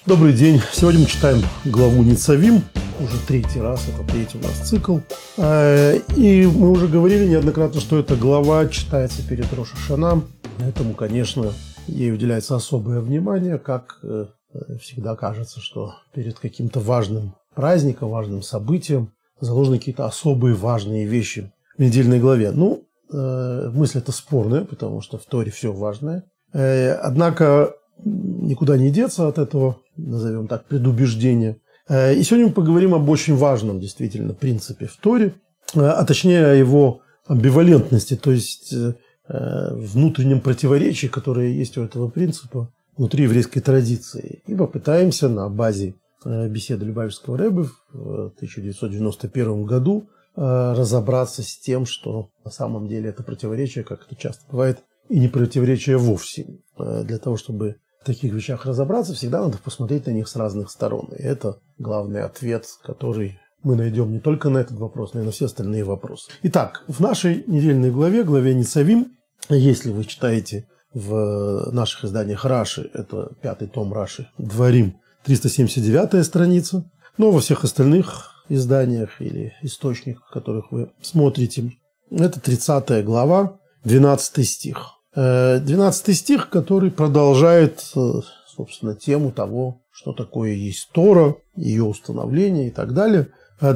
Добрый день. Сегодня мы читаем главу Ницавим. Уже третий раз, это третий у нас цикл. И мы уже говорили неоднократно, что эта глава читается перед Рош ха-Шана. Поэтому, конечно, ей уделяется особое внимание, как всегда кажется, что перед каким-то важным праздником, важным событием заложены какие-то особые важные вещи в недельной главе. Мысль эта спорная, потому что в Торе все важное. Однако никуда не деться от этого, назовем так, предубеждения. И сегодня мы поговорим об очень важном, действительно, принципе в Торе, а точнее о его амбивалентности, то есть внутреннем противоречии, которое есть у этого принципа внутри еврейской традиции. И попытаемся на базе беседы Любавичского Ребе в 1991 году разобраться с тем, что на самом деле это противоречие, как это часто бывает, и не противоречие вовсе. Для того, чтобы в таких вещах разобраться, всегда надо посмотреть на них с разных сторон. И это главный ответ, который мы найдем не только на этот вопрос, но и на все остальные вопросы. Итак, в нашей недельной главе Ницавим, если вы читаете в наших изданиях Раши, это 5-й том Раши, Дворим, 379-я страница, но во всех остальных изданиях или источниках, которых вы смотрите, это 30 глава, 12 стих. 12 стих, который продолжает, собственно, тему того, что такое есть Тора, ее установление и так далее.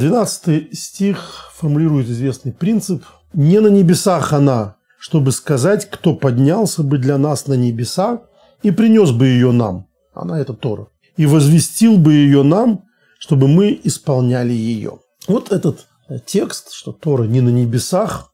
12 стих формулирует известный принцип «Не на небесах она, чтобы сказать, кто поднялся бы для нас на небеса и принес бы ее нам». Она – это Тора. «И возвестил бы ее нам, чтобы мы исполняли ее». Вот этот текст, что Тора не на небесах,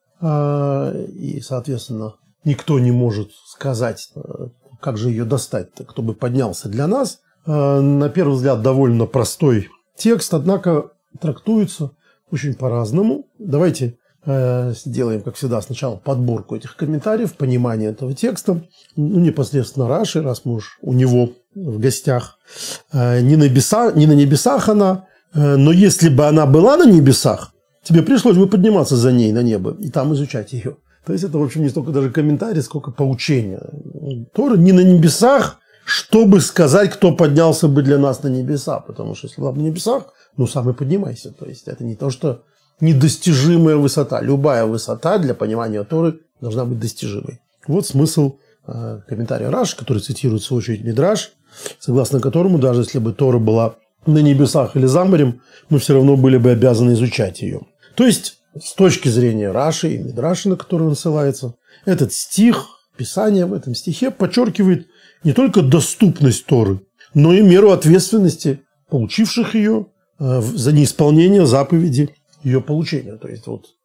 и, соответственно, никто не может сказать, как же ее достать, кто бы поднялся для нас. На первый взгляд, довольно простой текст, однако трактуется очень по-разному. Давайте сделаем, как всегда, сначала подборку этих комментариев, понимание этого текста. Непосредственно Раши, раз мы уж у него в гостях. Не на небесах она, но если бы она была на небесах, тебе пришлось бы подниматься за ней на небо и там изучать ее. То есть это, в общем, не столько даже комментарий, сколько поучение. Тора не на небесах, чтобы сказать, кто поднялся бы для нас на небеса. Потому что если была бы на небесах, сам и поднимайся. То есть это не то, что недостижимая высота. Любая высота для понимания Торы должна быть достижимой. Вот смысл комментария Раши, который цитирует в свою очередь Мидраш, согласно которому даже если бы Тора была на небесах или за морем, мы все равно были бы обязаны изучать ее. То есть с точки зрения Раши и Мидраша, на который он ссылается, этот стих, Писание в этом стихе подчеркивает не только доступность Торы, но и меру ответственности получивших ее за неисполнение заповеди ее получения. То есть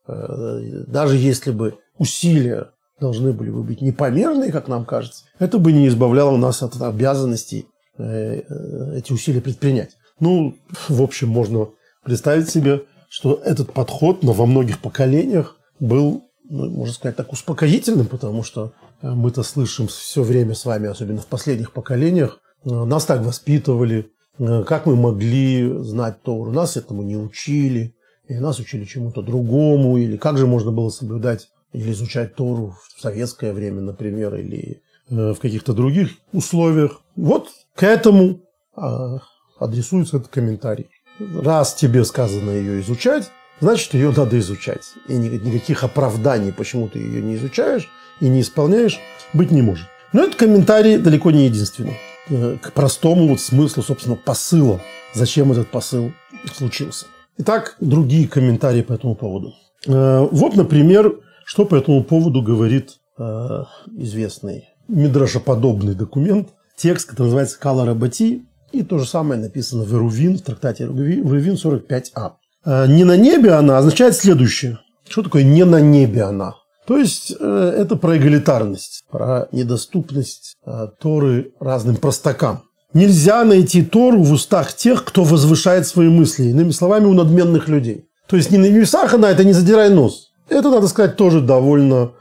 даже если бы усилия должны были бы быть непомерные, как нам кажется, это бы не избавляло нас от обязанностей эти усилия предпринять. В общем, можно представить себе, что этот подход во многих поколениях был, можно сказать так, успокоительным, потому что мы-то слышим все время с вами, особенно в последних поколениях, нас так воспитывали, как мы могли знать Тору, нас этому не учили, и нас учили чему-то другому, или как же можно было соблюдать или изучать Тору в советское время, например, или в каких-то других условиях. Вот к этому адресуется этот комментарий. Раз тебе сказано ее изучать, значит, ее надо изучать. И никаких оправданий, почему ты ее не изучаешь и не исполняешь, быть не может. Но этот комментарий далеко не единственный. К простому смыслу, собственно, посыла. Зачем этот посыл случился. Итак, другие комментарии по этому поводу. Вот, например, что по этому поводу говорит известный мидрашоподобный документ. Текст, который называется «Кала Рабати». И то же самое написано в Эрувин, в трактате Эрувин 45а. «Не на небе она» означает следующее. Что такое «не на небе она»? То есть это про эгалитарность, про недоступность Торы разным простакам. Нельзя найти Тору в устах тех, кто возвышает свои мысли. Иными словами, у надменных людей. То есть не на небесах она, это не задирай нос. Это, надо сказать, тоже довольно,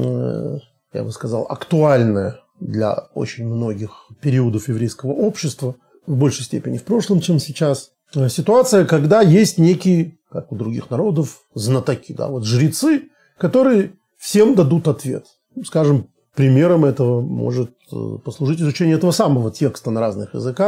я бы сказал, актуальное для очень многих периодов еврейского общества. В большей степени в прошлом, чем сейчас. Ситуация, когда есть некие, как у других народов, знатоки, жрецы, которые всем дадут ответ. Скажем, примером этого может послужить изучение этого самого текста на разных языках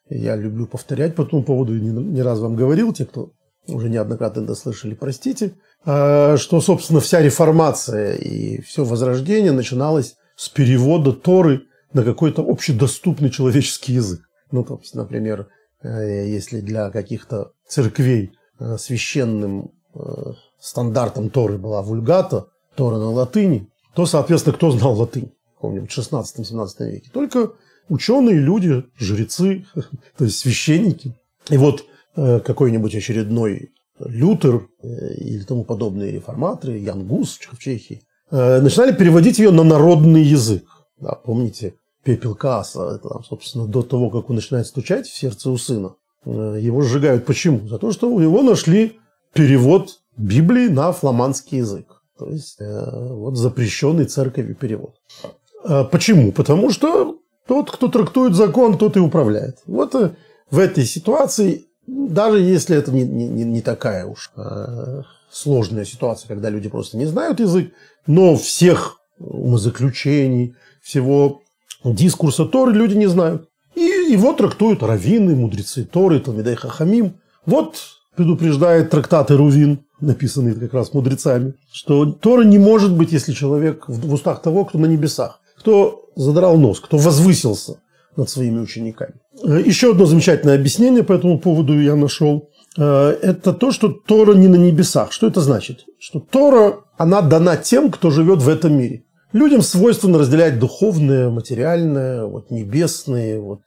я люблю повторять по этому поводу, и не раз вам говорил, те, кто уже неоднократно это слышали, простите, что, собственно, вся реформация и все возрождение начиналось с перевода Торы на какой-то общедоступный человеческий язык. Ну, то есть, например, если для каких-то церквей священным стандартом Торы была вульгата, Тора на латыни, то, соответственно, кто знал латынь? Помним, в 16-17 веке. Только ученые люди, жрецы, то есть священники. И вот какой-нибудь очередной Лютер или тому подобные реформаторы, Ян Гус в Чехии, начинали переводить ее на народный язык. Да, помните, пепел Кааса, это, собственно, до того, как он начинает стучать в сердце у сына, его сжигают. Почему? За то, что у него нашли перевод Библии на фламандский язык. То есть, вот запрещенный церковью перевод. Почему? Потому что тот, кто трактует закон, тот и управляет. Вот в этой ситуации, даже если это не такая уж сложная ситуация, когда люди просто не знают язык, но всех умозаключений, всего дискурса Торы люди не знают. И его трактуют раввины, мудрецы Торы, Талмидей Хахамим. Вот предупреждает трактат Эрувин, написанный как раз мудрецами, что Тора не может быть, если человек в устах того, кто на небесах, кто задрал нос, кто возвысился над своими учениками. Еще одно замечательное объяснение по этому поводу я нашел. Это то, что Тора не на небесах. Что это значит? Что Тора, она дана тем, кто живет в этом мире. Людям свойственно разделять духовное, материальное, вот небесные, вот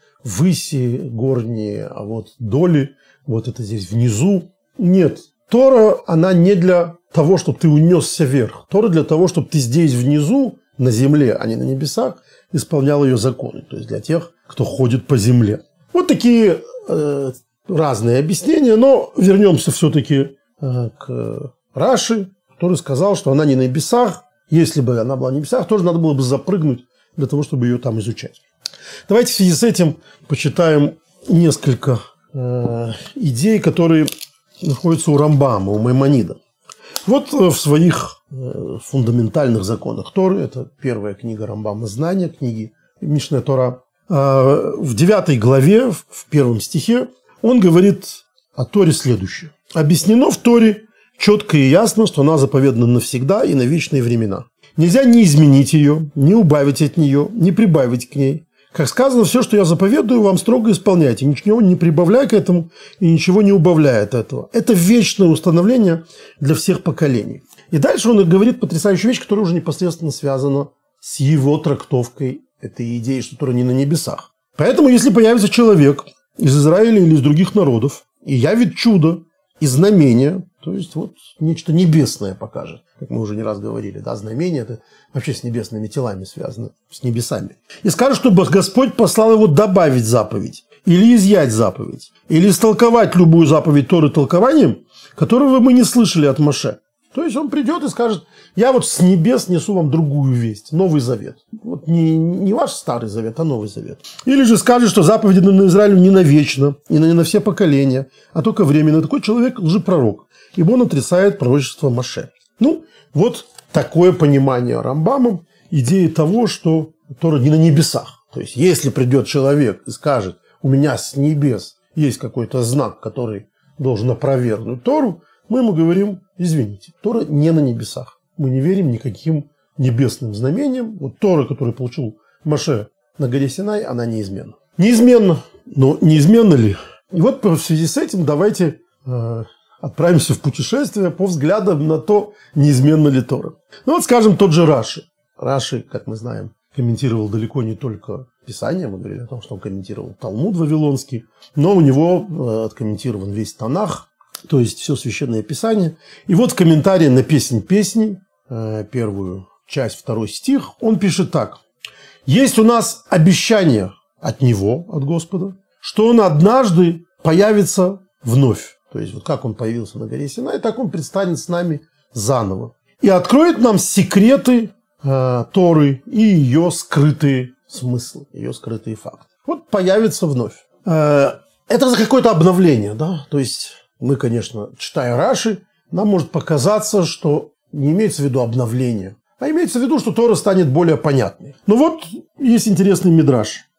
выси горние, а вот доли, вот это здесь внизу. Нет, Тора, она не для того, чтобы ты унесся вверх. Тора для того, чтобы ты здесь внизу, на земле, а не на небесах, исполнял ее законы. То есть для тех, кто ходит по земле. Вот такие разные объяснения, но вернемся все-таки к Раши, который сказал, что она не на небесах. Если бы она была на небесах, тоже надо было бы запрыгнуть для того, чтобы ее там изучать. Давайте в связи с этим почитаем несколько идей, которые находятся у Рамбама, у Маймонида. Вот в своих фундаментальных законах Торы, это первая книга Рамбама «Знания», книги Мишне Тора, в 9 главе, в 1 стихе, он говорит о Торе следующее. «Объяснено в Торе четко и ясно, что она заповедана навсегда и на вечные времена. Нельзя ни изменить ее, ни убавить от нее, ни прибавить к ней. Как сказано, все, что я заповедую, вам строго исполняйте, ничего не прибавляя к этому и ничего не убавляя от этого. Это вечное установление для всех поколений». И дальше он говорит потрясающую вещь, которая уже непосредственно связана с его трактовкой этой идеи, что Тора не на небесах. Поэтому, если появится человек из Израиля или из других народов и явит чудо и знамение, то есть вот нечто небесное покажет, как мы уже не раз говорили, да, знамение – это вообще с небесными телами связано, с небесами. И скажет, что Господь послал его добавить заповедь, или изъять заповедь, или истолковать любую заповедь Торы толкованием, которого мы не слышали от Моше. То есть он придет и скажет: я вот с небес несу вам другую весть, Новый Завет. Вот не ваш Старый Завет, а Новый Завет. Или же скажет, что заповеди на Израилю не навечно, и не на все поколения, а только временно. Такой человек лжепророк, ибо он отрицает пророчество Моше. Ну, вот такое понимание Рамбамом идеи того, что Тора не на небесах. То есть, если придет человек и скажет: у меня с небес есть какой-то знак, который должен опровергнуть Тору, мы ему говорим: извините, Тора не на небесах. Мы не верим никаким небесным знамениям. Вот Тора, которую получил Моше на горе Синай, она неизменна. Неизменна, но неизменна ли? И вот в связи с этим давайте отправимся в путешествие по взглядам на то, неизменна ли Тора. Ну вот, скажем, тот же Раши. Раши, как мы знаем, комментировал далеко не только Писание, мы говорили о том, что он комментировал Талмуд Вавилонский, но у него откомментирован весь Танах, то есть все Священное Писание. И вот в комментарии на «Песнь песней», первую часть, 2 стих, он пишет так. «Есть у нас обещание от Него, от Господа, что Он однажды появится вновь». То есть вот как Он появился на горе Синай, так Он предстанет с нами заново. И откроет нам секреты Торы и ее скрытые смыслы, ее скрытые факты. Вот появится вновь. Это какое-то обновление, да? То есть мы, конечно, читая Раши, нам может показаться, что не имеется в виду обновление, а имеется в виду, что Тора станет более понятной. Но вот есть интересный мидраш.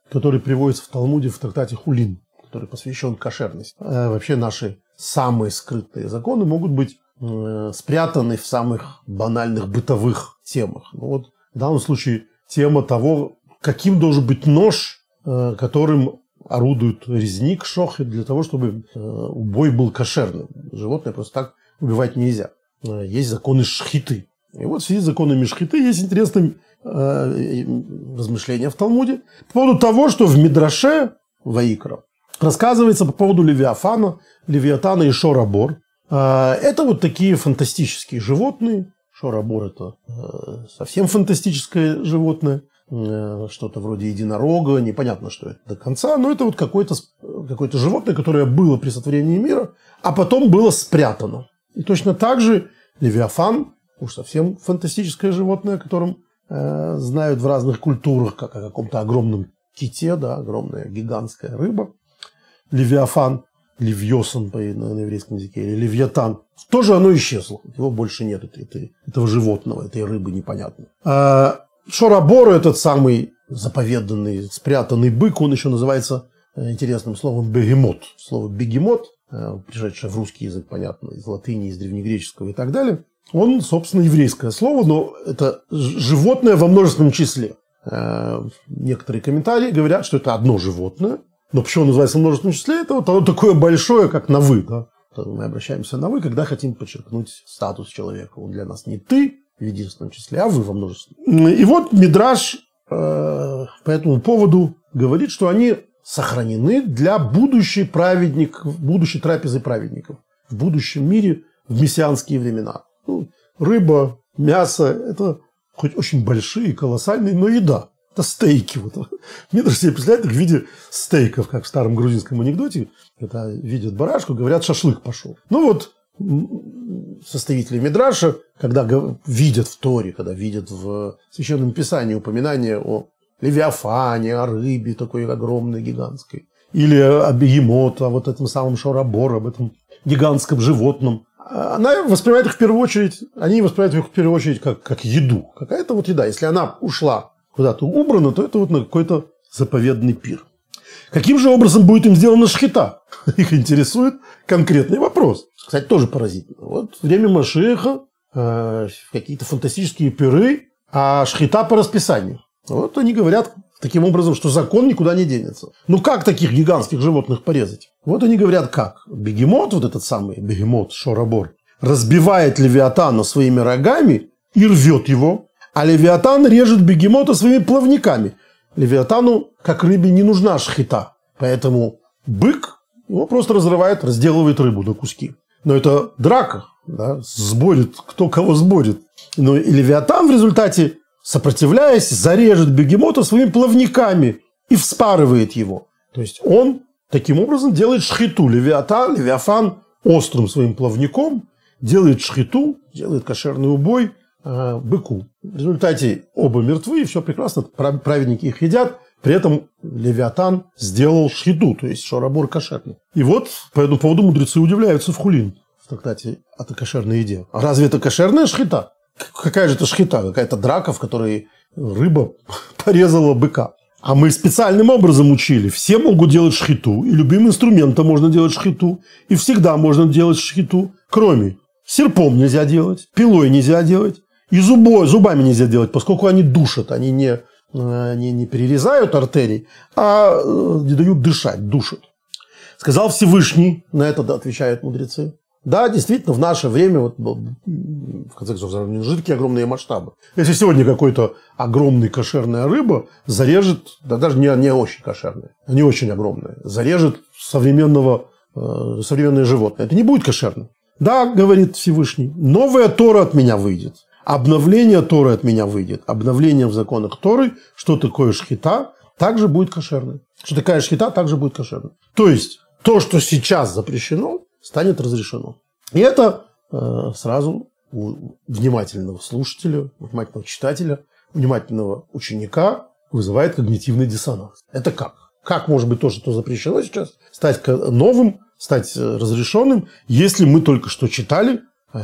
который приводится в Талмуде в трактате Хулин, который посвящен кошерности. Вообще наши самые скрытые законы могут быть спрятаны в самых банальных бытовых темах. Ну, вот в данном случае тема того, каким должен быть нож, которым орудует резник, шохет, для того, чтобы убой был кошерным. Животное просто так убивать нельзя. Есть законы шхиты. И вот в связи с законами шхиты есть интересное размышление в Талмуде по поводу того, что в Мидраше Ваикра рассказывается по поводу Левиафана, Левиатана и Шорабор. Это вот такие фантастические животные. Шорабор – это совсем фантастическое животное. Что-то вроде единорога. Непонятно, что это до конца. Но это вот какое-то животное, которое было при сотворении мира, а потом было спрятано. И точно так же Левиафан, уж совсем фантастическое животное, о котором знают в разных культурах, как о каком-то огромном ките, да, огромная гигантская рыба. Левиафан, Левьосан на еврейском языке, или Левьятан, тоже оно исчезло. Его больше нет, этого животного, этой рыбы непонятно. Шорабор, этот самый заповеданный, спрятанный бык, он еще называется интересным словом бегемот. Слово бегемот, пришедшее в русский язык, понятно, из латыни, из древнегреческого и так далее, он, собственно, еврейское слово, но это животное во множественном числе. Некоторые комментарии говорят, что это одно животное. Но почему он называется в множественном числе? Это вот оно такое большое, как на «вы». Да? Мы обращаемся на «вы», когда хотим подчеркнуть статус человека. Он для нас не «ты» в единственном числе, а «вы» во множественном. И вот Мидраш по этому поводу говорит, что они сохранены для будущей трапезы праведников. В будущем мире, в мессианские времена. Рыба, мясо – это хоть очень большие, колоссальные, но еда. Это стейки. Вот. Мидраш себе представляет их в виде стейков, как в старом грузинском анекдоте. Когда видят барашку, говорят, шашлык пошел. Ну вот, составители Мидраша, когда видят в Торе, когда видят в Священном Писании упоминание о Левиафане, о рыбе такой огромной, гигантской, или о бегемоте, о вот этом самом Шорабор, об этом гигантском животном, они воспринимают их в первую очередь как еду. Какая-то вот еда. Если она ушла куда-то убрана, то это вот на какой-то заповедный пир. Каким же образом будет им сделана шхита? Их интересует конкретный вопрос. Кстати, тоже поразительно. Вот время Машиаха, какие-то фантастические пиры, а шхита по расписанию. Вот они говорят таким образом, что закон никуда не денется. Ну как таких гигантских животных порезать? Вот они говорят как. Бегемот, вот этот самый бегемот Шорабор, разбивает Левиатана своими рогами и рвет его. А Левиатан режет бегемота своими плавниками. Левиатану, как рыбе, не нужна шхита. Поэтому бык его просто разделывает рыбу на куски. Но это драка. Да, сборит, кто кого сборит. Но и Левиатан в результате, сопротивляясь, зарежет бегемота своими плавниками и вспарывает его. То есть он таким образом делает шхиту. Левиафан острым своим плавником делает шхиту, делает кошерный убой быку. В результате оба мертвы, и все прекрасно, праведники их едят. При этом Левиатан сделал шхиту, то есть Шорабор кошерный. И вот по этому поводу мудрецы удивляются в Хулин, в трактате о кошерной еде. А разве это кошерная шхита? Какая же это шхита? Какая-то драка, в которой рыба порезала быка. А мы специальным образом учили. Все могут делать шхиту, и любым инструментом можно делать шхиту, и всегда можно делать шхиту, кроме серпом нельзя делать, пилой нельзя делать, и зубами нельзя делать, поскольку они душат, они не перерезают артерии, а не дают дышать, душат. Сказал Всевышний, на это отвечают мудрецы. Да, действительно, в наше время, вот, в конце концов, нужны такие огромные масштабы. Если сегодня какой-то огромный кошерная рыба зарежет, да даже не очень кошерная, не очень огромная, зарежет современное животное, это не будет кошерно. Да, говорит Всевышний, новая Тора от меня выйдет. Обновление Торы от меня выйдет. Обновление в законах Торы, что такое шхита, также будет кошерно. Что такая шхита, также будет кошерно. То есть, то, что сейчас запрещено, станет разрешено. И это сразу у внимательного слушателя, внимательного читателя, внимательного ученика вызывает когнитивный диссонанс. Это как? Как может быть то, что запрещено сейчас, стать новым, стать разрешенным, если мы только что читали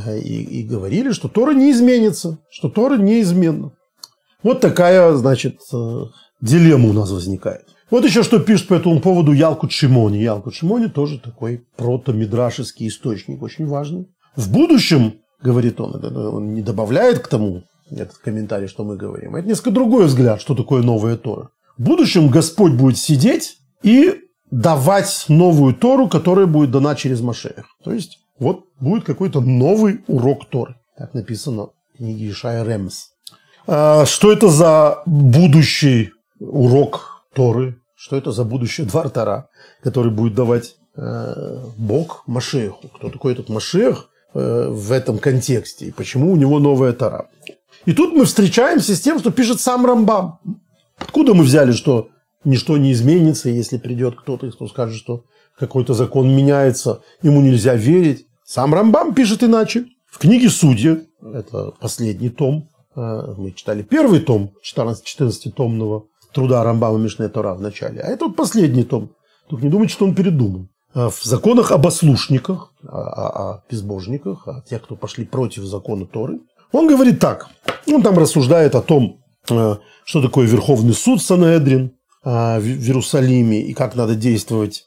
и говорили, что Тора не изменится, что Тора неизменна. Вот такая, значит, дилемма у нас возникает. Вот еще что пишет по этому поводу Ялкут Шимони. Ялкут Шимони тоже такой протомидрашеский источник, очень важный. В будущем, говорит он не добавляет к тому этот комментарий, что мы говорим, это несколько другой взгляд, что такое новая Тора. В будущем Господь будет сидеть и давать новую Тору, которая будет дана через Машиах. То есть вот будет какой-то новый урок Торы. Так написано в книге Ишая Ремес. Что это за будущий урок Торы? Что это за будущий двор Тора, который будет давать Бог Машиаху? Кто такой этот Машиах в этом контексте? И почему у него новая Тора? И тут мы встречаемся с тем, что пишет сам Рамбам. Откуда мы взяли, что ничто не изменится, если придет кто-то, кто скажет, что какой-то закон меняется, ему нельзя верить? Сам Рамбам пишет иначе. В книге «Судьи», это последний том, мы читали первый том 14-томного труда Рамбама Мишне Тора в начале, а это вот последний том. Только не думайте, что он передуман. В законах об ослушниках, о безбожниках, о тех, кто пошли против закона Торы, он говорит так. Он там рассуждает о том, что такое Верховный суд Санедрин в Иерусалиме и как надо действовать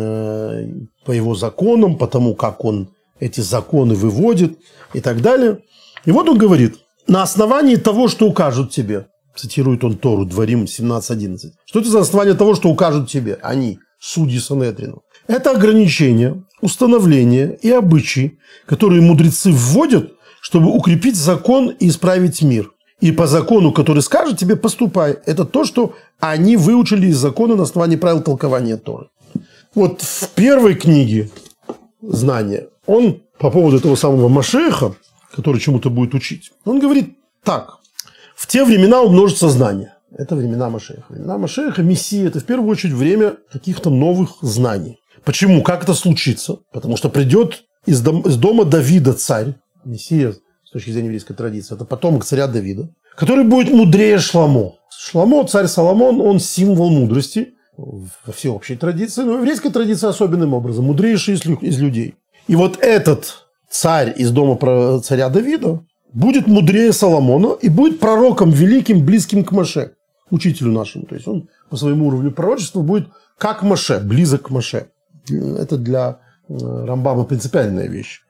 по его законам, по тому, как он эти законы выводит и так далее. И вот он говорит, на основании того, что укажут тебе, цитирует он Тору, Дворим 17:11, что это за основание того, что укажут тебе они, судьи Санедрину? Это ограничения, установления и обычаи, которые мудрецы вводят, чтобы укрепить закон и исправить мир. И по закону, который скажет тебе, поступай. Это то, что они выучили из закона на основании правил толкования Торы. Вот в первой книге «Знания» он по поводу этого самого Машиаха, который чему-то будет учить, он говорит так. В те времена умножится знание. Это времена Машиаха. Времена Машиаха, Мессия, это в первую очередь время каких-то новых знаний. Почему? Как это случится? Потому что придет из дома Давида царь, Мессия, с точки зрения еврейской традиции, это потомок царя Давида, который будет мудрее Шломо. Шломо, царь Соломон, он символ мудрости во всеобщей традиции, но в еврейской традиции особенным образом, мудрейший из людей. И вот этот царь из дома царя Давида будет мудрее Соломона и будет пророком великим, близким к Моше, учителю нашему. То есть он по своему уровню пророчества будет как Моше, близок к Моше. Это для Рамбама принципиальная вещь.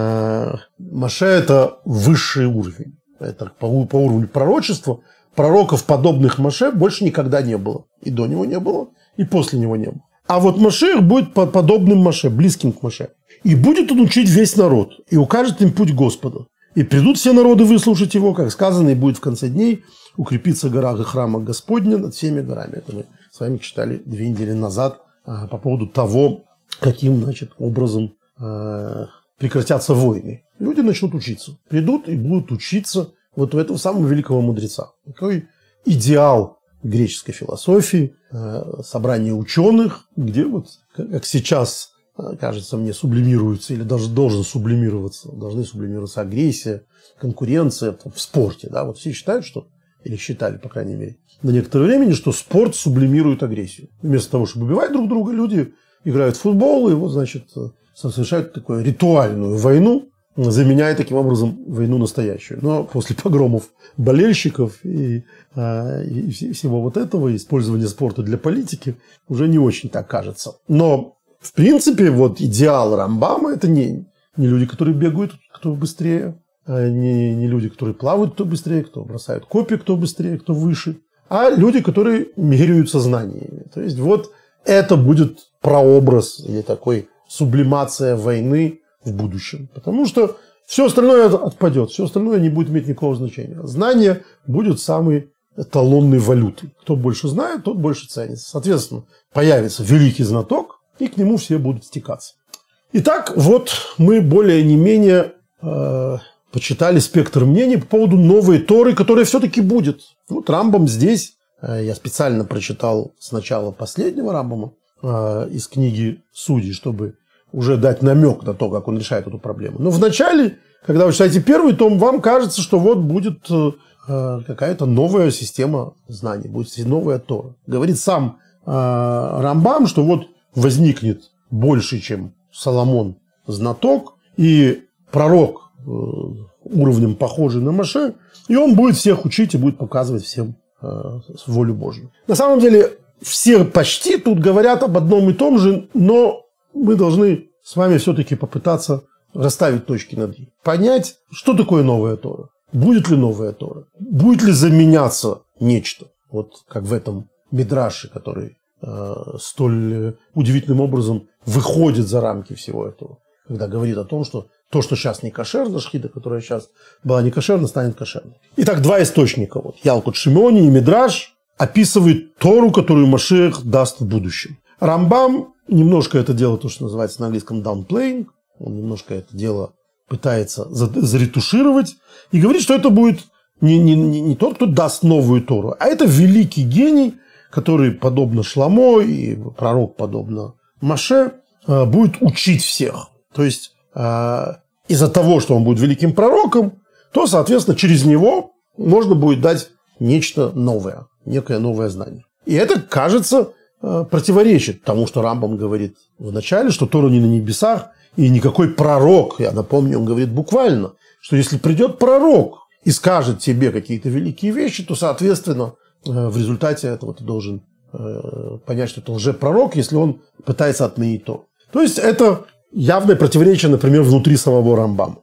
Моше – это высший уровень. Это по уровню пророчества. Пророков, подобных Моше, больше никогда не было. И до него не было, и после него не было. А вот Машиах будет подобным Моше, близким к Моше. И будет он учить весь народ, и укажет им путь Господа. И придут все народы выслушать его, как сказано, и будет в конце дней укрепиться гора храма Господня над всеми горами. Это мы с вами читали 2 недели назад по поводу того, каким, значит, образом прекратятся войны. Люди начнут учиться. Придут и будут учиться вот у этого самого великого мудреца. Такой идеал греческой философии, собрание ученых, где вот, как сейчас, кажется мне, сублимируется или даже должны сублимироваться агрессия, конкуренция в спорте. Да? Вот все считают, что, или считали, по крайней мере, до некоторого времени, что спорт сублимирует агрессию. Вместо того, чтобы убивать друг друга, люди играют в футбол и вот, значит, совершают такую ритуальную войну, заменяя таким образом войну настоящую. Но после погромов болельщиков и всего вот этого, использования спорта для политики, уже не очень так кажется. Но, в принципе, вот идеал Рамбама – это не люди, которые бегают, кто быстрее, не люди, которые плавают, кто быстрее, кто бросают копья, кто быстрее, кто выше, а люди, которые меряются знаниями. То есть вот это будет прообраз или такой сублимация войны в будущем. Потому что все остальное отпадет, все остальное не будет иметь никакого значения. Знание будет самой эталонной валютой. Кто больше знает, тот больше ценится. Соответственно, появится великий знаток, и к нему все будут стекаться. Итак, вот мы более не менее почитали спектр мнений по поводу новой Торы, которая все-таки будет. Вот Рамбам здесь, я специально прочитал сначала последнего Рамбама из книги «Судей», чтобы уже дать намек на то, как он решает эту проблему. Но вначале, когда вы читаете первый том, вам кажется, что вот будет какая-то новая система знаний, будет новая Тора. Говорит сам Рамбам, что вот возникнет больше, чем Соломон, знаток, и пророк уровнем похожий на Моше, и он будет всех учить и будет показывать всем волю Божью. На самом деле, все почти тут говорят об одном и том же, но мы должны с вами все-таки попытаться расставить точки над «и». Понять, что такое новая Тора. Будет ли новая Тора? Будет ли заменяться нечто? Вот как в этом мидраше, который столь удивительным образом выходит за рамки всего этого. Когда говорит о том, что то, что сейчас не кошерно, шхита, которая сейчас была не кошерна, станет кошерной. Итак, два источника. Вот, Ялкут Шимони и Мидраш описывают Тору, которую Машиах даст в будущем. Рамбам немножко это дело, то, что называется на английском downplaying, он немножко это дело пытается заретушировать и говорит, что это будет не тот, кто даст новую Тору, а это великий гений, который, подобно Шламо и пророк, подобно Моше, будет учить всех. То есть, из-за того, что он будет великим пророком, то, соответственно, через него можно будет дать нечто новое, некое новое знание. И это, кажется, противоречит тому, что Рамбам говорит в начале, что Тора не на небесах, и никакой пророк, я напомню, он говорит буквально, что если придет пророк и скажет тебе какие-то великие вещи, то, соответственно, в результате этого ты должен понять, что это лжепророк, если он пытается отменить Тору. То есть, это явное противоречие, например, внутри самого Рамбама.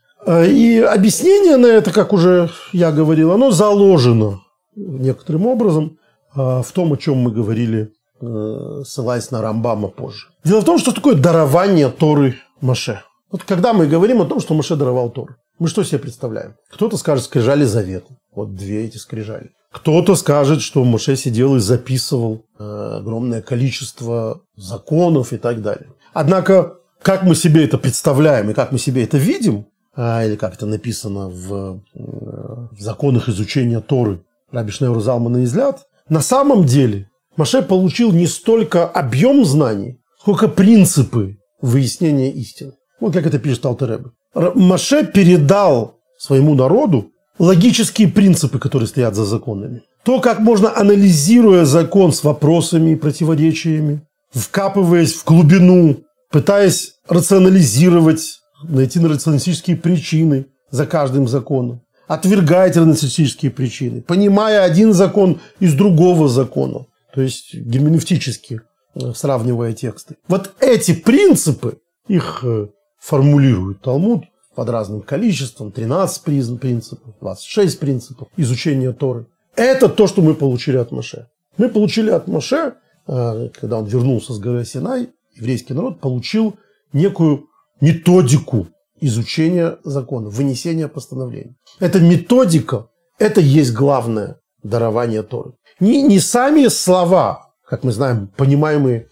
И объяснение на это, как уже я говорил, оно заложено некоторым образом в том, о чем мы говорили, ссылаясь на Рамбама позже. Дело в том, что такое дарование Торы Моше. Вот когда мы говорим о том, что Моше даровал Тору, мы что себе представляем? Кто-то скажет скрижали завета. Вот две эти скрижали. Кто-то скажет, что Моше сидел и записывал огромное количество законов и так далее. Однако, как мы себе это представляем и как мы себе это видим, или как это написано в законах изучения Торы Раби Шнеура Залмана из Ляд, на самом деле Моше получил не столько объем знаний, сколько принципы выяснения истины. Вот как это пишет Алтер Ребе. Моше передал своему народу логические принципы, которые стоят за законами. То, как можно, анализируя закон с вопросами и противоречиями, вкапываясь в глубину, пытаясь рационализировать, найти рационалистические причины за каждым законом, отвергать рационалистические причины, понимая один закон из другого закона, то есть герменевтически сравнивая тексты. Вот эти принципы, их формулирует Талмуд под разным количеством, 13 принципов, 26 принципов изучения Торы. Это то, что мы получили от Моше. Мы получили от Моше, когда он вернулся с горы Синай, еврейский народ получил некую методику изучения закона, вынесения постановлений. Эта методика, это есть главное дарование Торы. Не сами слова, как мы знаем, понимаемые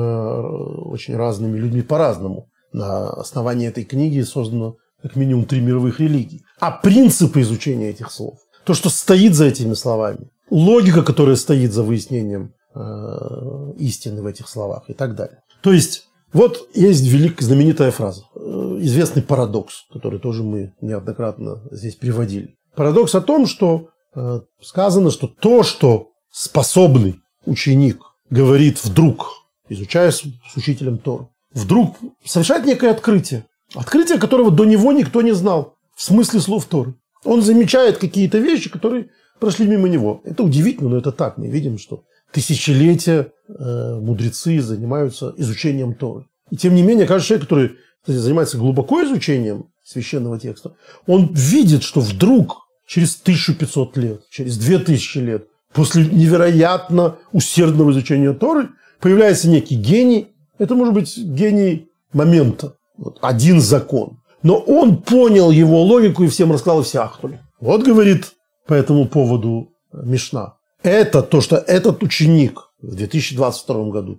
очень разными людьми по-разному. На основании этой книги создано как минимум 3 мировых религий. А принципы изучения этих слов, то, что стоит за этими словами, логика, которая стоит за выяснением истины в этих словах и так далее. То есть, вот есть великая знаменитая фраза, известный парадокс, который тоже мы неоднократно здесь приводили. Парадокс о том, что сказано, что то, что способный ученик говорит вдруг, изучая с учителем Тору, вдруг совершает некое открытие. Открытие, которого до него никто не знал в смысле слов Торы. Он замечает какие-то вещи, которые прошли мимо него. Это удивительно, но это так. Мы видим, что тысячелетия мудрецы занимаются изучением Торы. И тем не менее, каждый человек, который, кстати, занимается глубоко изучением священного текста, он видит, что вдруг через 1500 лет, через 2000 лет, после невероятно усердного изучения Торы, появляется некий гений. Это может быть гений момента. Вот, один закон. Но он понял его логику и всем рассказал, и все ахнули. Вот говорит по этому поводу Мишна. Это то, что этот ученик в 2022 году,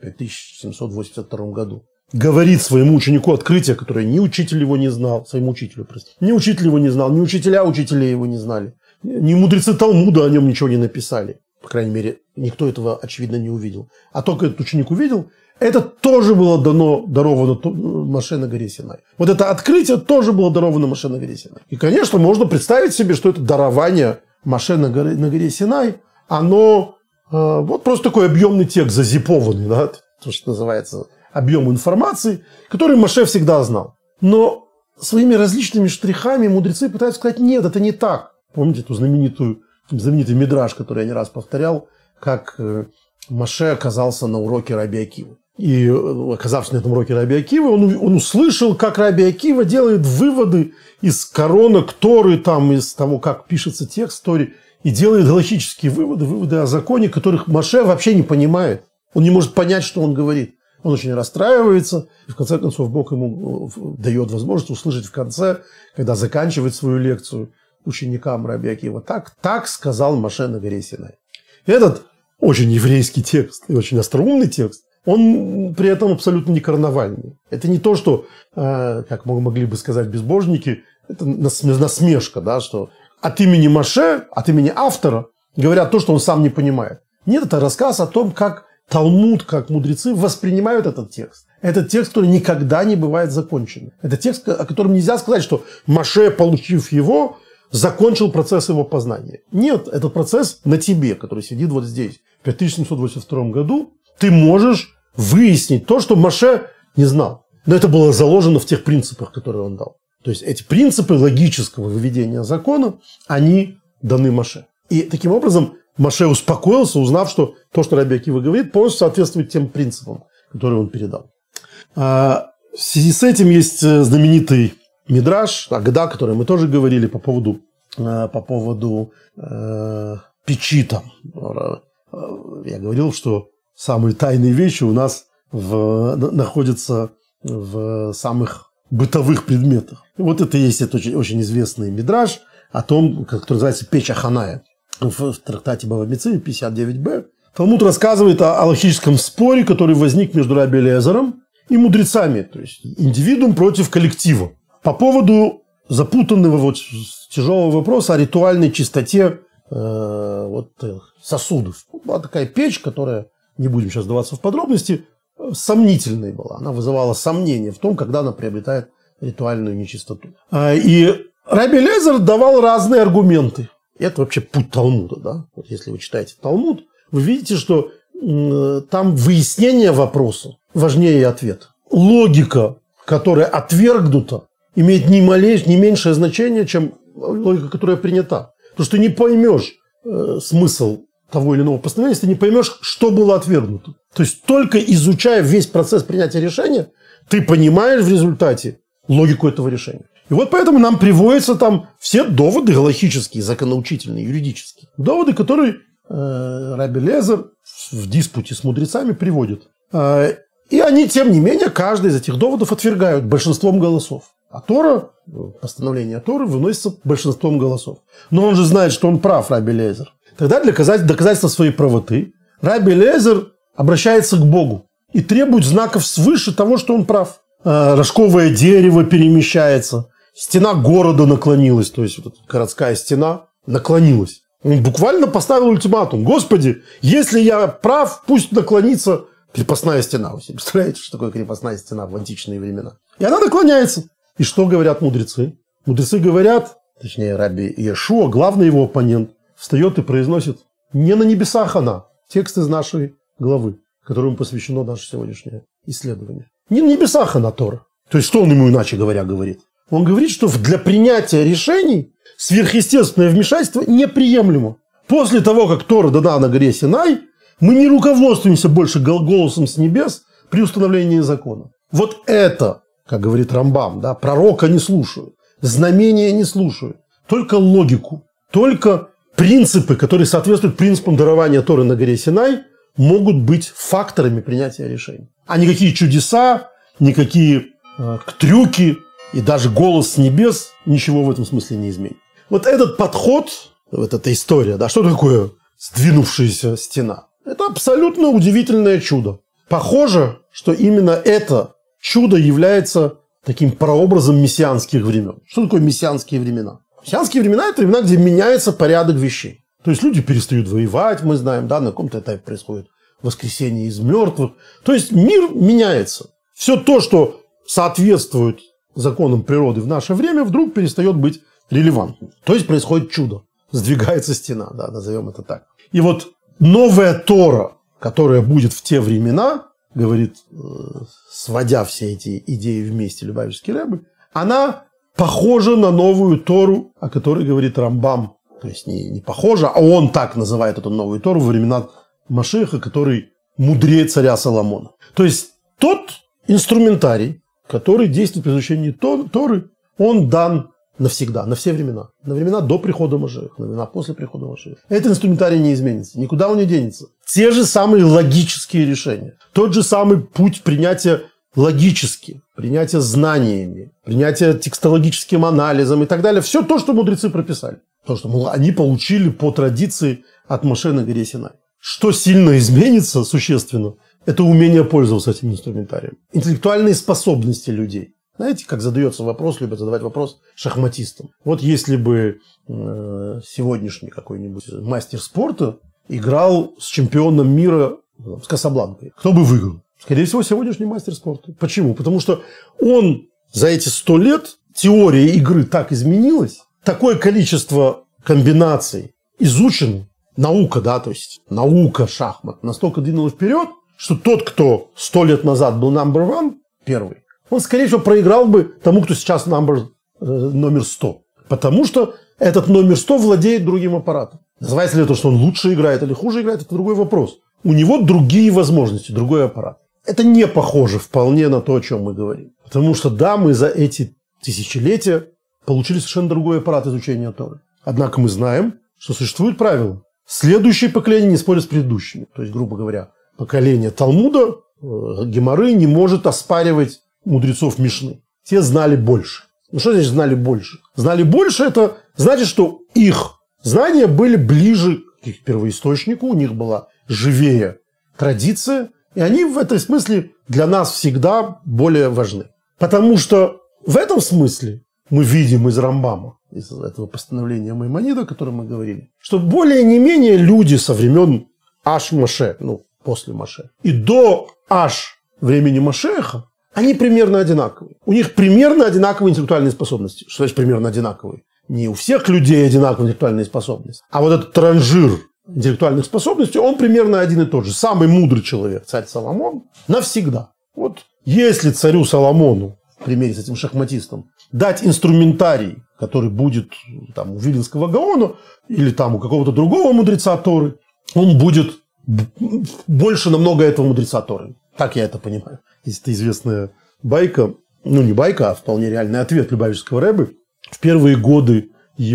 5782 году, говорит своему ученику открытие, которое ни учитель его не знал, своему учителю, простите, ни учитель его не знал, ни учителей его не знали, ни мудрецы Талмуда о нем ничего не написали. По крайней мере, никто этого, очевидно, не увидел. А только этот ученик увидел, это тоже было даровано Моше на горе Синай. Вот это открытие тоже было даровано Моше на горе Синай. И, конечно, можно представить себе, что это дарование Моше на горе Синай, оно вот просто такой объемный текст, зазипованный, да, то, что называется объем информации, который Моше всегда знал. Но своими различными штрихами мудрецы пытаются сказать, нет, это не так. Помните эту знаменитый мидраш, который я не раз повторял, как Моше оказался на уроке Раби Акивы. И, оказавшись на этом уроке Раби Акивы, он услышал, как Раби Акива делает выводы из коронок Торы, там, из того, как пишется текст Торы, и делает галактические выводы о законе, которых Моше вообще не понимает. Он не может понять, что он говорит. Он очень расстраивается, и в конце концов Бог ему дает возможность услышать в конце, когда заканчивает свою лекцию ученикам Раби Акива. Так сказал Моше на горе Синай. И этот очень еврейский текст и очень остроумный текст, он при этом абсолютно не карнавальный. Это не то, что, как могли бы сказать безбожники, это насмешка, да, что от имени Моше, от имени автора говорят то, что он сам не понимает. Нет, это рассказ о том, как Талмуд, как мудрецы воспринимают этот текст. Это текст, который никогда не бывает законченным. Это текст, о котором нельзя сказать, что Моше, получив его, закончил процесс его познания. Нет, этот процесс на тебе, который сидит вот здесь. В 5782 году ты можешь выяснить то, что Моше не знал. Но это было заложено в тех принципах, которые он дал. То есть эти принципы логического выведения закона, они даны Моше. И таким образом Моше успокоился, узнав, что то, что Раби Акива говорит, полностью соответствует тем принципам, которые он передал. В связи с этим есть знаменитый мидраш, Агада, о котором мы тоже говорили по поводу печи там. Я говорил, что самые тайные вещи у нас находятся в самых бытовых предметах. И вот это есть очень, очень известный мидраш о том, который называется печь Аханая. В трактате Бава Мецы 59б Талмуд рассказывает о логическом споре, который возник между Раби Элиэзером и мудрецами, то есть индивидуум против коллектива, по поводу запутанного тяжелого вопроса о ритуальной чистоте сосудов. Была такая печь, которая, не будем сейчас вдаваться в подробности, сомнительной была. Она вызывала сомнения в том, когда она приобретает ритуальную нечистоту. И Раби Элиэзер давал разные аргументы. Это вообще путь Талмуда. Да? Вот если вы читаете Талмуд, вы видите, что там выяснение вопроса важнее ответа. Логика, которая отвергнута, имеет не меньшее значение, чем логика, которая принята. Потому что ты не поймешь смысл того или иного постановления, если ты не поймешь, что было отвергнуто. То есть только изучая весь процесс принятия решения, ты понимаешь в результате логику этого решения. И вот поэтому нам приводятся там все доводы галахические, законоучительные, юридические. Доводы, которые Раби Элиэзер в диспуте с мудрецами приводит. И они, тем не менее, каждый из этих доводов отвергают большинством голосов. А Тора, постановление Торы выносится большинством голосов. Но он же знает, что он прав, Раби Элиэзер. Тогда для доказательства своей правоты Раби Элиэзер обращается к Богу и требует знаков свыше того, что он прав. Рожковое дерево перемещается, стена города наклонилась, то есть вот эта городская стена наклонилась. Он буквально поставил ультиматум. Господи, если я прав, пусть наклонится крепостная стена. Вы себе представляете, что такое крепостная стена в античные времена? И она наклоняется. И что говорят мудрецы? Мудрецы говорят, точнее, Раби Иешуа, главный его оппонент, встает и произносит: не на небесах она. Текст из нашей главы, которому посвящено наше сегодняшнее исследование. Не на небесах она Тора. То есть, что он ему, иначе говоря, говорит? Он говорит, что для принятия решений сверхъестественное вмешательство неприемлемо. После того, как Тора дана на горе Синай, мы не руководствуемся больше голосом с небес при установлении закона. Вот это, как говорит Рамбам, да, пророка не слушают, знамения не слушают, только логику, только принципы, которые соответствуют принципам дарования Торы на горе Синай, могут быть факторами принятия решений. А никакие чудеса, никакие трюки и даже голос с небес ничего в этом смысле не изменит. Вот этот подход, вот эта история, да, что такое сдвинувшаяся стена? Это абсолютно удивительное чудо. Похоже, что именно это чудо является таким прообразом мессианских времен. Что такое мессианские времена? Мессианские времена – это времена, где меняется порядок вещей. То есть люди перестают воевать, мы знаем, да, на каком-то этапе происходит воскресение из мертвых. То есть мир меняется. Все то, что соответствует законам природы в наше время, вдруг перестает быть релевантным. То есть происходит чудо. Сдвигается стена, да, назовем это так. И вот новая Тора, которая будет в те времена, говорит, сводя все эти идеи вместе Любавичский Ребе, она похожа на новую Тору, о которой говорит Рамбам. То есть не похожа, а он так называет эту новую Тору во времена Машеха, который мудрее царя Соломона. То есть тот инструментарий, который действует при изучении Торы, он дан навсегда, на все времена. На времена до прихода Машеха, на времена после прихода Машеха. Этот инструментарий не изменится, никуда он не денется. Те же самые логические решения, тот же самый путь принятия логически, принятия знаниями, принятия текстологическим анализом и так далее. Все то, что мудрецы прописали. Потому что, мол, они получили по традиции от Моше на горе Синай. Что сильно изменится существенно, это умение пользоваться этим инструментарием. Интеллектуальные способности людей. Знаете, как задается вопрос, любят задавать вопрос шахматистам. Вот если бы сегодняшний какой-нибудь мастер спорта играл с чемпионом мира, с Касабланкой, кто бы выиграл? Скорее всего, сегодняшний мастер спорта. Почему? Потому что он за эти 100 лет, теория игры так изменилась, такое количество комбинаций изучено, наука, да, то есть наука шахмат настолько двинула вперед, что тот, кто 100 лет назад был number one, первый, он, скорее всего, проиграл бы тому, кто сейчас номер 100. Потому что этот номер 100 владеет другим аппаратом. Называется ли это, что он лучше играет или хуже играет, это другой вопрос. У него другие возможности, другой аппарат. Это не похоже вполне на то, о чем мы говорим. Потому что, да, мы за эти тысячелетия получили совершенно другой аппарат изучения Торы. Однако мы знаем, что существует правило. Следующее поколение не спорит с предыдущими. То есть, грубо говоря, поколение Талмуда, Гемары не может оспаривать мудрецов Мишны. Те знали больше. Ну, что значит знали больше? Знали больше – это значит, что их знания были ближе к их первоисточнику, у них была живее традиция, и они в этом смысле для нас всегда более важны. Потому что в этом смысле мы видим из Рамбама, из этого постановления Маймонида, о котором мы говорили, что более не менее люди со времен Аш-Моше, ну, после Моше, и до времени Машеха, они примерно одинаковые. У них примерно одинаковые интеллектуальные способности. Что значит примерно одинаковые? Не у всех людей одинаковые интеллектуальные способности. А вот этот ранжир интеллектуальных способностей, он примерно один и тот же. Самый мудрый человек, царь Соломон, навсегда. Вот если царю Соломону, в примере с этим шахматистом, дать инструментарий, который будет там, у Вилинского Гаона или там, у какого-то другого мудреца Торы, он будет больше намного этого мудреца Торы. Так я это понимаю. Есть это известная байка, ну не байка, а вполне реальный ответ Любавичского Ребе в первые годы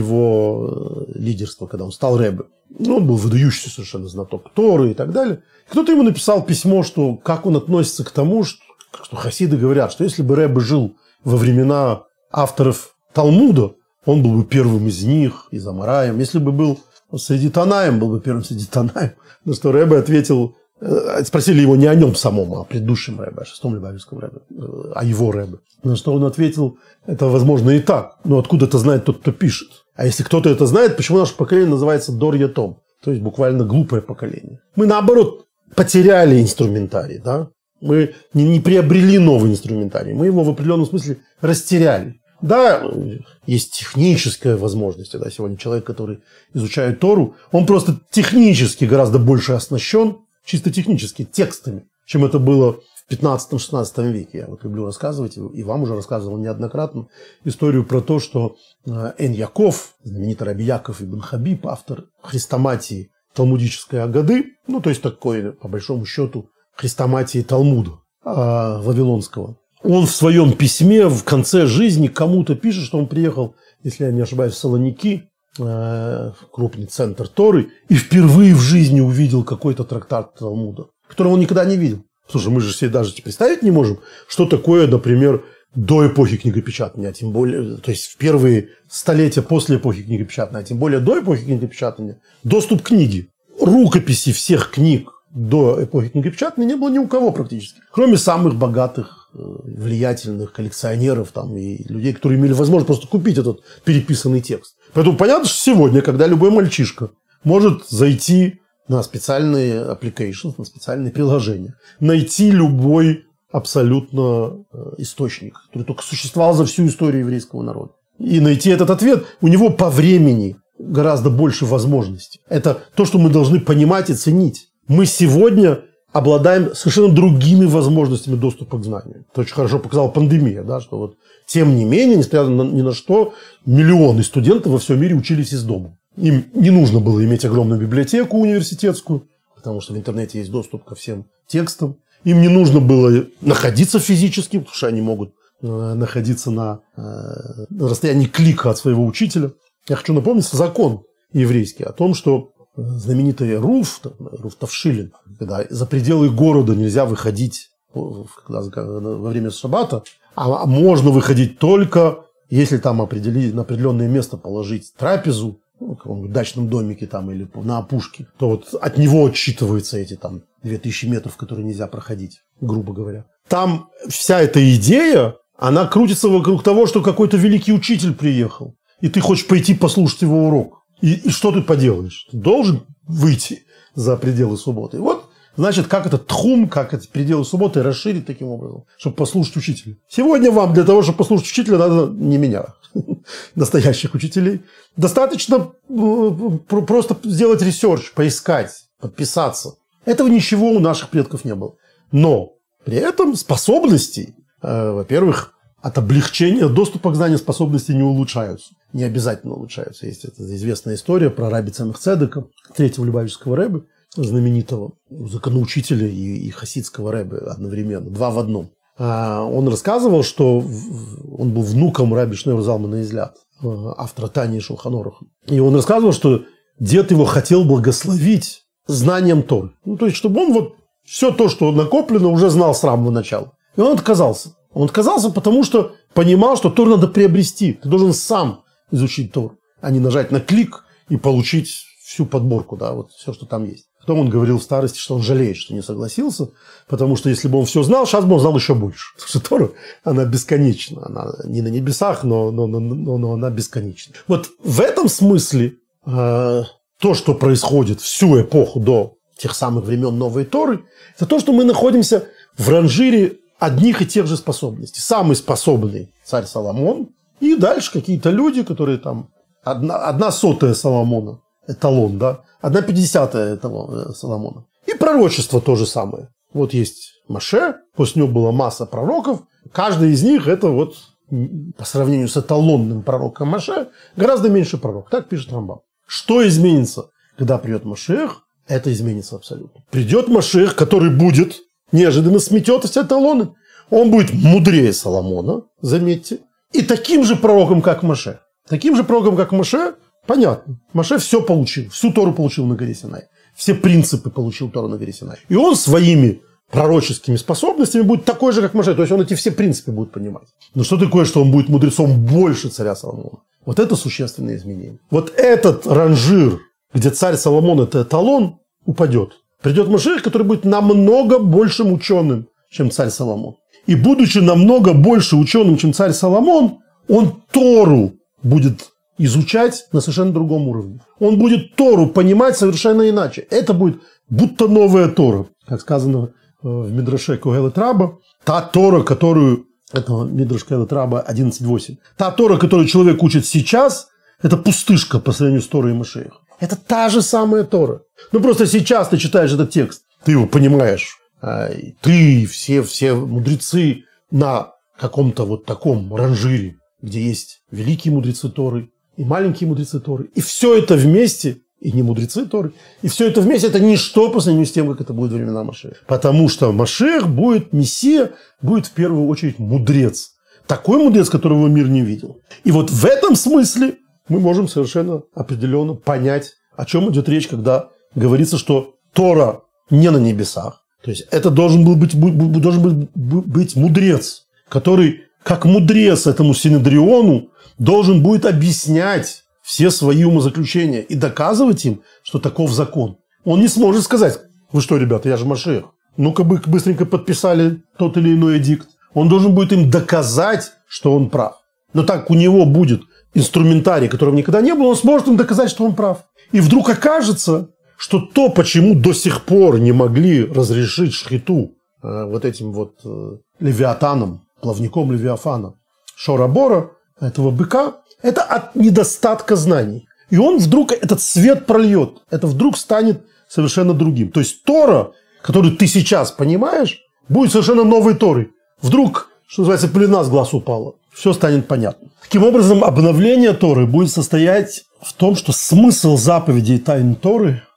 его лидерства, когда он стал Ребе. Ну, он был выдающийся совершенно знаток Торы и так далее. Кто-то ему написал письмо, что как он относится к тому, что хасиды говорят, что если бы Ребе жил во времена авторов Талмуда, он был бы первым из них, из Амараем. Если бы был среди Танаем, был бы первым среди Танаем. На что Ребе ответил, спросили его не о нем самом, а о предыдущем Ребе, о шестом Любавичском Ребе, о его Ребе. На что он ответил, это возможно и так, но откуда это знает тот, кто пишет? А если кто-то это знает, почему наше поколение называется Дор Ятом? То есть буквально глупое поколение. Мы, наоборот, потеряли инструментарий, да? Мы не приобрели новый инструментарий, мы его в определенном смысле растеряли. Да, есть техническая возможность. Да, сегодня человек, который изучает Тору, он просто технически гораздо больше оснащен, чисто технически, текстами, чем это было в 15-16 веке. Я вот люблю рассказывать, и вам уже рассказывал неоднократно, историю про то, что Эн Яков, знаменитый Раби Яков ибн Хабиб, автор хрестоматии талмудической Агады, ну, то есть такой, по большому счету, хрестоматии Талмуда вавилонского, он в своем письме в конце жизни кому-то пишет, что он приехал, если я не ошибаюсь, в Салоники, крупный центр Торы, и впервые в жизни увидел какой-то трактат Талмуда, которого он никогда не видел. Слушай, мы же себе даже представить не можем, что такое, например, до эпохи книгопечатания, а тем более, то есть в первые столетия после эпохи книгопечатания, а тем более до эпохи книгопечатания, доступ к книге. Рукописи всех книг до эпохи книгопечатания не было ни у кого практически, кроме самых богатых, влиятельных коллекционеров там, и людей, которые имели возможность просто купить этот переписанный текст. Поэтому понятно, что сегодня, когда любой мальчишка может зайти на специальные applications, на специальные приложения, найти любой абсолютно источник, который только существовал за всю историю еврейского народа, и найти этот ответ, у него по времени гораздо больше возможностей. Это то, что мы должны понимать и ценить. Мы сегодня обладаем совершенно другими возможностями доступа к знанию. Это очень хорошо показала пандемия, да, что вот тем не менее, несмотря ни на что, миллионы студентов во всем мире учились из дома. Им не нужно было иметь огромную библиотеку университетскую, потому что в интернете есть доступ ко всем текстам. Им не нужно было находиться физически, потому что они могут находиться на расстоянии клика от своего учителя. Я хочу напомнить закон еврейский о том, что знаменитый Руф Тавшилин, когда за пределы города нельзя выходить во время шаббата, а можно выходить только, если там на определенное место положить трапезу, в каком-нибудь дачном домике там, или на опушке, то вот от него отсчитываются эти там 2000 метров, которые нельзя проходить, грубо говоря. Там вся эта идея, она крутится вокруг того, что какой-то великий учитель приехал, и ты хочешь пойти послушать его урок. И что ты поделаешь? Ты должен выйти за пределы субботы. И вот, значит, как этот тхум, как эти пределы субботы расширить таким образом, чтобы послушать учителя. Сегодня вам для того, чтобы послушать учителя, надо не меня, настоящих учителей. Достаточно просто сделать ресерч, поискать, подписаться. Этого ничего у наших предков не было. Но при этом способностей, во-первых, от облегчения доступа к знанию способности не улучшаются. Не обязательно улучшаются. Есть эта известная история про раби Цемех Цедека, третьего любавического рэбе, знаменитого законоучителя и хасидского рэбе одновременно, два в одном. Он рассказывал, что он был внуком раби Шнеура Залмана из Ляд, автора Тани и Шулхан Аруха. И он рассказывал, что дед его хотел благословить знанием Торы. Ну, то есть, чтобы он вот все то, что накоплено, уже знал с самого начала. И он отказался. Он отказался, потому что понимал, что Тору надо приобрести. Ты должен сам изучить Тору, а не нажать на клик и получить всю подборку, да, вот все, что там есть. Потом он говорил в старости, что он жалеет, что не согласился, потому что если бы он все знал, сейчас бы он знал еще больше. Потому что Тора, она бесконечна. Она не на небесах, но она бесконечна. Вот в этом смысле то, что происходит всю эпоху до тех самых времен Новой Торы, это то, что мы находимся в ранжире одних и тех же способностей. Самый способный царь Соломон, и дальше какие-то люди, которые там 1/100 Соломона, эталон, да, 1/50 этого Соломона. И пророчество то же самое. Вот есть Моше, после него была масса пророков, каждый из них это вот по сравнению с эталонным пророком Моше гораздо меньше пророк. Так пишет Рамбам. Что изменится, когда придет Машиах? Это изменится абсолютно. Придет Машиах, который будет неожиданно сметет все эталоны. Он будет мудрее Соломона, заметьте, и таким же пророком, как Моше. Таким же пророком, как Моше, понятно. Моше все получил, всю Тору получил на горе Синай. Все принципы получил Тору на горе Синай. И он своими пророческими способностями будет такой же, как Моше. То есть он эти все принципы будет понимать. Но что такое, что он будет мудрецом больше царя Соломона? Вот это существенное изменение. Вот этот ранжир, где царь Соломон – это эталон, упадет. Придет Машиах, который будет намного большим ученым, чем царь Соломон. И будучи намного больше ученым, чем царь Соломон, он Тору будет изучать на совершенно другом уровне. Он будет Тору понимать совершенно иначе. Это будет будто новая Тора. Как сказано в Мидраше Когелет Раба, та Тора, которую... Это Мидраш Когелет Раба 11.8. Та Тора, которую человек учит сейчас, это пустышка по сравнению с Торой и Машиах. Это та же самая Тора. Ну, просто сейчас ты читаешь этот текст, ты его понимаешь. Ты, все мудрецы на каком-то вот таком ранжире, где есть великие мудрецы Торы и маленькие мудрецы Торы. И все это вместе, и не мудрецы Торы, и все это вместе, это ничто по сравнению с тем, как это будет во времена Машиаха. Потому что Машиах будет, Мессия, будет в первую очередь мудрец. Такой мудрец, которого мир не видел. И вот в этом смысле мы можем совершенно определенно понять, о чем идет речь, когда говорится, что Тора не на небесах. То есть это должен быть мудрец, который, как мудрец этому Синедриону, должен будет объяснять все свои умозаключения и доказывать им, что таков закон. Он не сможет сказать: вы что, ребята, я же Машиах, ну-ка бы быстренько подписали тот или иной эдикт. Он должен будет им доказать, что он прав. Но так у него будет инструментарий, которого никогда не было, он сможет им доказать, что он прав. И вдруг окажется, что то, почему до сих пор не могли разрешить шхиту вот этим вот левиатаном, плавником Левиафана, Шора-Бора, этого быка, это от недостатка знаний. И он вдруг этот свет прольет. Это вдруг станет совершенно другим. То есть Тора, которую ты сейчас понимаешь, будет совершенно новой Торой. Вдруг, что называется, пелена с глаз упала. Все станет понятно. Таким образом, обновление Торы будет состоять в том, что смысл заповедей тайн Торы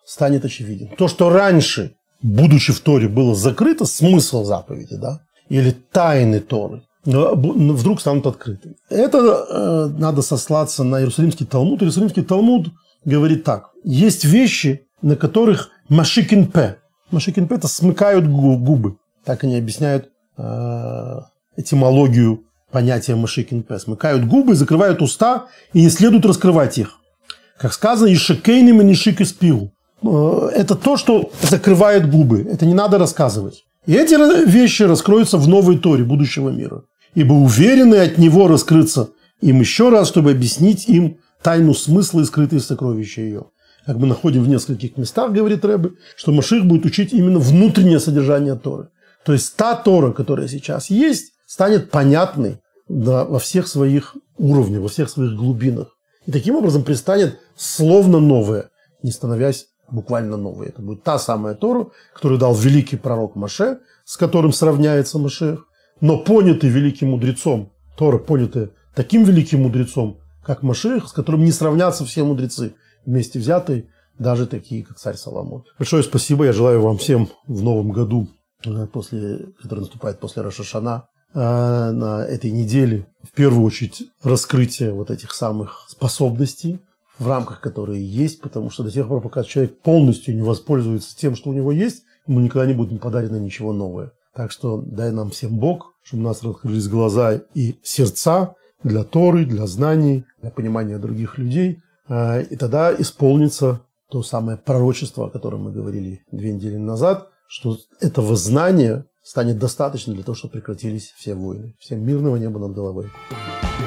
станет очевиден. То, что раньше, будучи в Торе, было закрыто, смысл заповеди, да, или тайны Торы, вдруг станут открыты. Это надо сослаться на Иерусалимский Талмуд. Иерусалимский Талмуд говорит так. Есть вещи, на которых машикин пе. Машикин пе – это смыкают губы. Так они объясняют этимологию понятия машикин пе. Смыкают губы, закрывают уста и не следует раскрывать их. Как сказано, ишекейним и нишик испил. Это то, что закрывает губы. Это не надо рассказывать. И эти вещи раскроются в новой Торе будущего мира. Ибо уверены от него раскрыться им еще раз, чтобы объяснить им тайну смысла и скрытые сокровища ее. Как мы находим в нескольких местах, говорит Ребе, что Машиах будет учить именно внутреннее содержание Торы. То есть та Тора, которая сейчас есть, станет понятной во всех своих уровнях, во всех своих глубинах. И таким образом предстанет словно новое, не становясь буквально новой. Это будет та самая Тора, которую дал великий пророк Моше, с которым сравняется Машиах, но понятый великим мудрецом. Тора понятая таким великим мудрецом, как Машиах, с которым не сравнятся все мудрецы, вместе взятые, даже такие, как царь Соломон. Большое спасибо. Я желаю вам всем в новом году, который наступает после Рош ха-Шана, на этой неделе, в первую очередь, раскрытие вот этих самых способностей, в рамках которые есть, потому что до тех пор, пока человек полностью не воспользуется тем, что у него есть, ему никогда не будет подарено ничего новое. Так что дай нам всем Бог, чтобы у нас раскрылись глаза и сердца для Торы, для знаний, для понимания других людей. И тогда исполнится то самое пророчество, о котором мы говорили 2 недели назад, что этого знания станет достаточно для того, чтобы прекратились все войны. Всем мирного неба над головой.